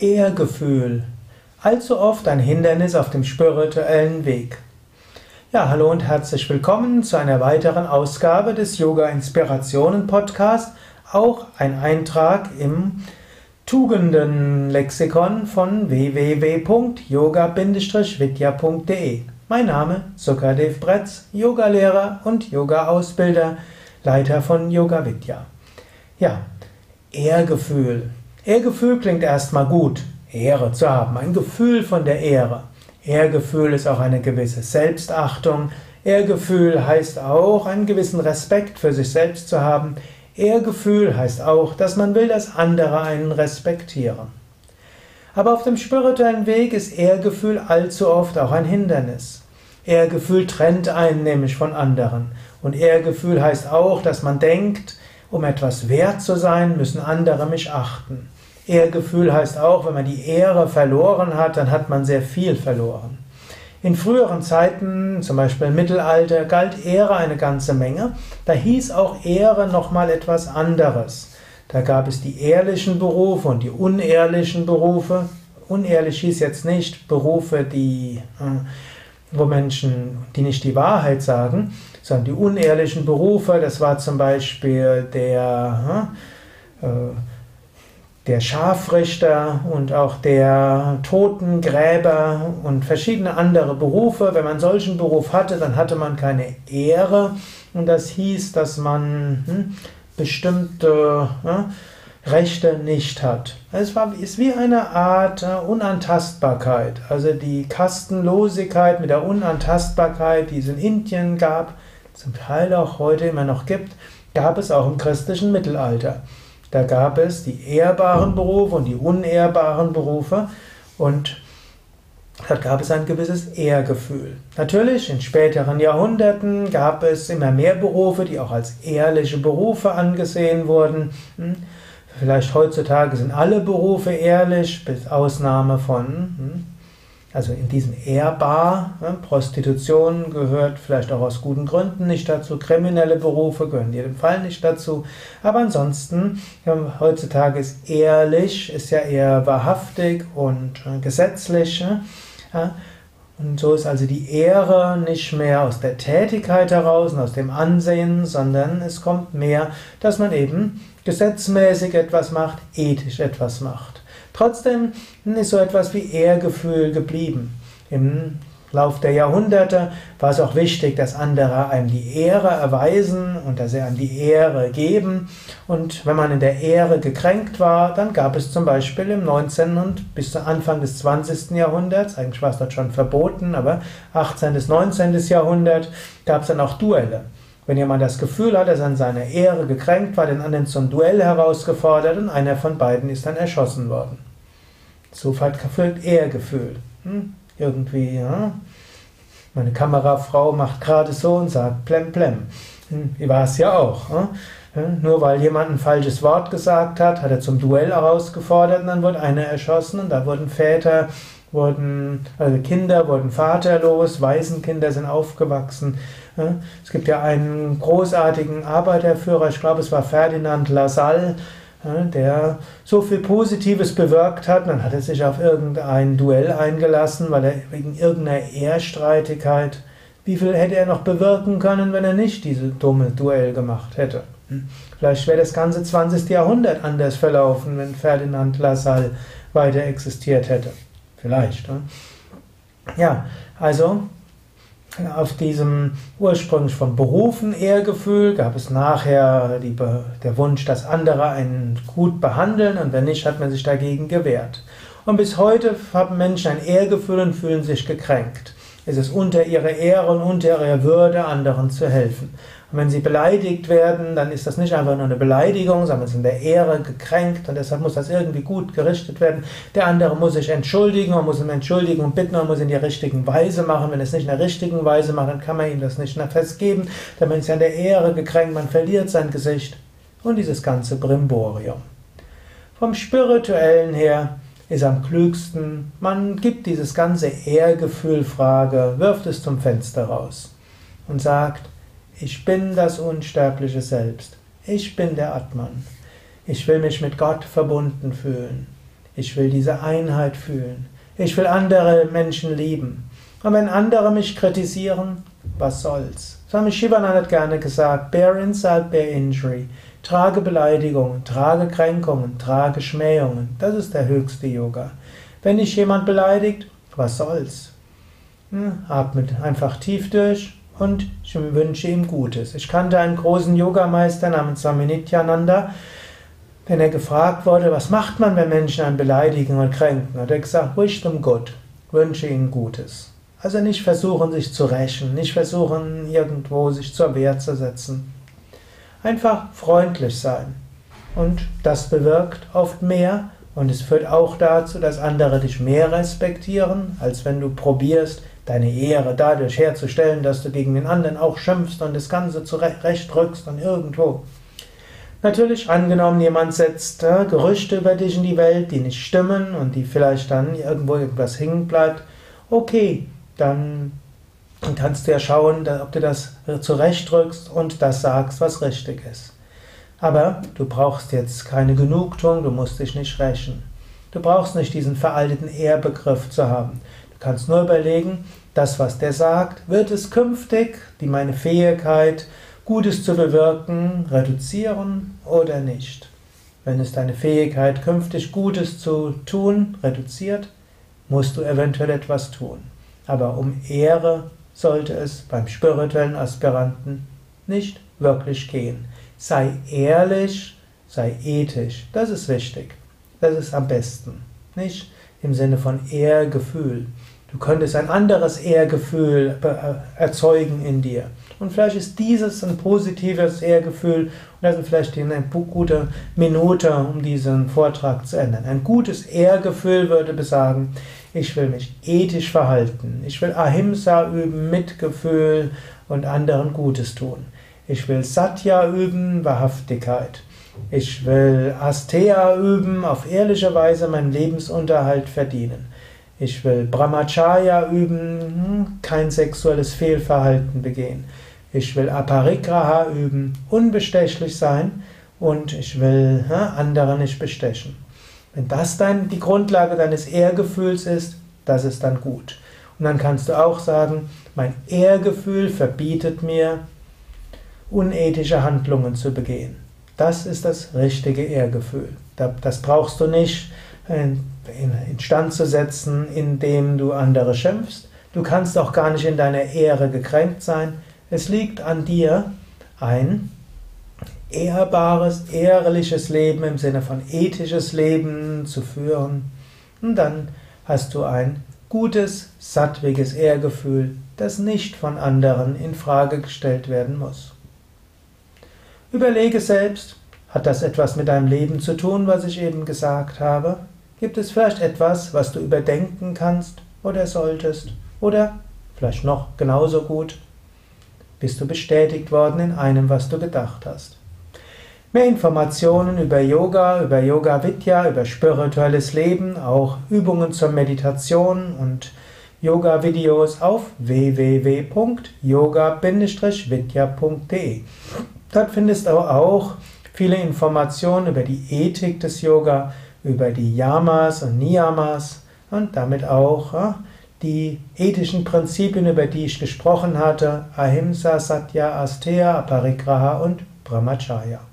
Ehrgefühl. Allzu oft ein Hindernis auf dem spirituellen Weg. Ja, hallo und herzlich willkommen zu einer weiteren Ausgabe des Yoga Inspirationen Podcast. Auch ein Eintrag im Tugenden-Lexikon von www.yoga-vidya.de. Mein Name Sukadev Bretz, Yogalehrer und Yoga-Ausbilder, Leiter von Yoga Vidya. Ja, Ehrgefühl. Ehrgefühl klingt erstmal gut, Ehre zu haben, ein Gefühl von der Ehre. Ehrgefühl ist auch eine gewisse Selbstachtung. Ehrgefühl heißt auch, einen gewissen Respekt für sich selbst zu haben. Ehrgefühl heißt auch, dass man will, dass andere einen respektieren. Aber auf dem spirituellen Weg ist Ehrgefühl allzu oft auch ein Hindernis. Ehrgefühl trennt einen nämlich von anderen. Und Ehrgefühl heißt auch, dass man denkt, um etwas wert zu sein, müssen andere mich achten. Ehrgefühl heißt auch, wenn man die Ehre verloren hat, dann hat man sehr viel verloren. In früheren Zeiten, zum Beispiel im Mittelalter, galt Ehre eine ganze Menge. Da hieß auch Ehre nochmal etwas anderes. Da gab es die ehrlichen Berufe und die unehrlichen Berufe. Unehrlich hieß jetzt nicht Berufe, wo Menschen, die nicht die Wahrheit sagen, sondern die unehrlichen Berufe, das war zum Beispiel der Scharfrichter und auch der Totengräber und verschiedene andere Berufe. Wenn man einen solchen Beruf hatte, dann hatte man keine Ehre und das hieß, dass man bestimmte Rechte nicht hat. Es ist wie eine Art Unantastbarkeit. Also die Kastenlosigkeit mit der Unantastbarkeit, die es in Indien gab, zum Teil auch heute immer noch gibt, gab es auch im christlichen Mittelalter. Da gab es die ehrbaren Berufe und die unehrbaren Berufe und da gab es ein gewisses Ehrgefühl. Natürlich, in späteren Jahrhunderten gab es immer mehr Berufe, die auch als ehrliche Berufe angesehen wurden. Vielleicht heutzutage sind alle Berufe ehrlich, bis Ausnahme von, also in diesem ehrbar, Prostitution gehört vielleicht auch aus guten Gründen nicht dazu, kriminelle Berufe gehören in jedem Fall nicht dazu, aber ansonsten, heutzutage ist ehrlich, ist ja eher wahrhaftig und gesetzlich, und so ist also die Ehre nicht mehr aus der Tätigkeit heraus und aus dem Ansehen, sondern es kommt mehr, dass man eben gesetzmäßig etwas macht, ethisch etwas macht. Trotzdem ist so etwas wie Ehrgefühl geblieben. Im Lauf der Jahrhunderte war es auch wichtig, dass andere einem die Ehre erweisen und dass sie einem die Ehre geben. Und wenn man in der Ehre gekränkt war, dann gab es zum Beispiel im 19. und bis zu Anfang des 20. Jahrhunderts, eigentlich war es dort schon verboten, aber 18. bis 19. Jahrhundert gab es dann auch Duelle. Wenn jemand das Gefühl hat, dass er an seiner Ehre gekränkt war, den anderen zum Duell herausgefordert und einer von beiden ist dann erschossen worden. So folgt Ehrgefühl. Irgendwie, meine Kamerafrau macht gerade so und sagt plem plem. Wie war es ja auch. Nur weil jemand ein falsches Wort gesagt hat, hat er zum Duell herausgefordert und dann wurde einer erschossen und da wurden Kinder wurden vaterlos, Waisenkinder sind aufgewachsen. Es gibt ja einen großartigen Arbeiterführer, ich glaube es war Ferdinand Lassalle, der so viel Positives bewirkt hat, dann hat er sich auf irgendein Duell eingelassen, weil er wegen irgendeiner Ehrstreitigkeit, wie viel hätte er noch bewirken können, wenn er nicht dieses dumme Duell gemacht hätte? Vielleicht wäre das ganze 20. Jahrhundert anders verlaufen, wenn Ferdinand Lassalle weiter existiert hätte. Vielleicht. Ja, also auf diesem ursprünglich von Berufen Ehrgefühl gab es nachher der Wunsch, dass andere einen gut behandeln und wenn nicht, hat man sich dagegen gewehrt. Und bis heute haben Menschen ein Ehrgefühl und fühlen sich gekränkt. Es ist unter ihrer Ehre und unter ihrer Würde, anderen zu helfen. Und wenn sie beleidigt werden, dann ist das nicht einfach nur eine Beleidigung, sondern es ist in der Ehre gekränkt und deshalb muss das irgendwie gut gerichtet werden. Der andere muss sich entschuldigen, man muss um Entschuldigung bitten, man muss in die richtigen Weise machen. Wenn es nicht in der richtigen Weise macht, dann kann man ihm das nicht mehr festgeben. Dann ist ja in der Ehre gekränkt, man verliert sein Gesicht und dieses ganze Brimborium. Vom Spirituellen her ist am klügsten, man gibt dieses ganze Ehrgefühl-Frage, wirft es zum Fenster raus und sagt, ich bin das unsterbliche Selbst. Ich bin der Atman. Ich will mich mit Gott verbunden fühlen. Ich will diese Einheit fühlen. Ich will andere Menschen lieben. Und wenn andere mich kritisieren, was soll's? Swami Shivananda hat gerne gesagt, bear insult, bear injury. Trage Beleidigungen, trage Kränkungen, trage Schmähungen. Das ist der höchste Yoga. Wenn dich jemand beleidigt, was soll's? Atmet einfach tief durch und ich wünsche ihm Gutes. Ich kannte einen großen Yogameister namens Swami Nityananda. Wenn er gefragt wurde, was macht man, wenn Menschen einen beleidigen und kränken, hat er gesagt, wish them good, wünsche ihnen Gutes. Also nicht versuchen, sich zu rächen, nicht versuchen, irgendwo sich zur Wehr zu setzen. Einfach freundlich sein. Und das bewirkt oft mehr und es führt auch dazu, dass andere dich mehr respektieren, als wenn du probierst, deine Ehre dadurch herzustellen, dass du gegen den anderen auch schimpfst und das Ganze zurechtrückst und irgendwo. Natürlich, angenommen, jemand setzt Gerüchte über dich in die Welt, die nicht stimmen und die vielleicht dann irgendwo irgendwas hängen bleibt. Okay, dann kannst du ja schauen, ob du das zurechtrückst und das sagst, was richtig ist. Aber du brauchst jetzt keine Genugtuung, du musst dich nicht rächen. Du brauchst nicht diesen veralteten Ehrbegriff zu haben. Du kannst nur überlegen, das, was der sagt, wird es künftig, meine Fähigkeit, Gutes zu bewirken, reduzieren oder nicht. Wenn es deine Fähigkeit, künftig Gutes zu tun, reduziert, musst du eventuell etwas tun. Aber um Ehre sollte es beim spirituellen Aspiranten nicht wirklich gehen. Sei ehrlich, sei ethisch. Das ist wichtig. Das ist am besten. Nicht im Sinne von Ehrgefühl. Du könntest ein anderes Ehrgefühl erzeugen in dir. Und vielleicht ist dieses ein positives Ehrgefühl und das ist vielleicht eine gute Minute, um diesen Vortrag zu ändern. Ein gutes Ehrgefühl würde besagen, ich will mich ethisch verhalten. Ich will Ahimsa üben, Mitgefühl und anderen Gutes tun. Ich will Satya üben, Wahrhaftigkeit. Ich will Asteya üben, auf ehrliche Weise meinen Lebensunterhalt verdienen. Ich will Brahmacharya üben, kein sexuelles Fehlverhalten begehen. Ich will Aparigraha üben, unbestechlich sein und ich will andere nicht bestechen. Wenn das dann die Grundlage deines Ehrgefühls ist, das ist dann gut. Und dann kannst du auch sagen, mein Ehrgefühl verbietet mir, unethische Handlungen zu begehen. Das ist das richtige Ehrgefühl. Das brauchst du nicht instand zu setzen, indem du andere schimpfst. Du kannst auch gar nicht in deiner Ehre gekränkt sein. Es liegt an dir, ein ehrbares, ehrliches Leben im Sinne von ethisches Leben zu führen. Und dann hast du ein gutes, sattwiges Ehrgefühl, das nicht von anderen in Frage gestellt werden muss. Überlege selbst, hat das etwas mit deinem Leben zu tun, was ich eben gesagt habe? Gibt es vielleicht etwas, was du überdenken kannst oder solltest? Oder vielleicht noch genauso gut, bist du bestätigt worden in einem, was du gedacht hast? Mehr Informationen über Yoga Vidya, über spirituelles Leben, auch Übungen zur Meditation und Yoga-Videos auf www.yoga-vidya.de. Dort findest du auch viele Informationen über die Ethik des Yoga, über die Yamas und Niyamas und damit auch die ethischen Prinzipien, über die ich gesprochen hatte, Ahimsa, Satya, Asteya, Aparigraha und Brahmacharya.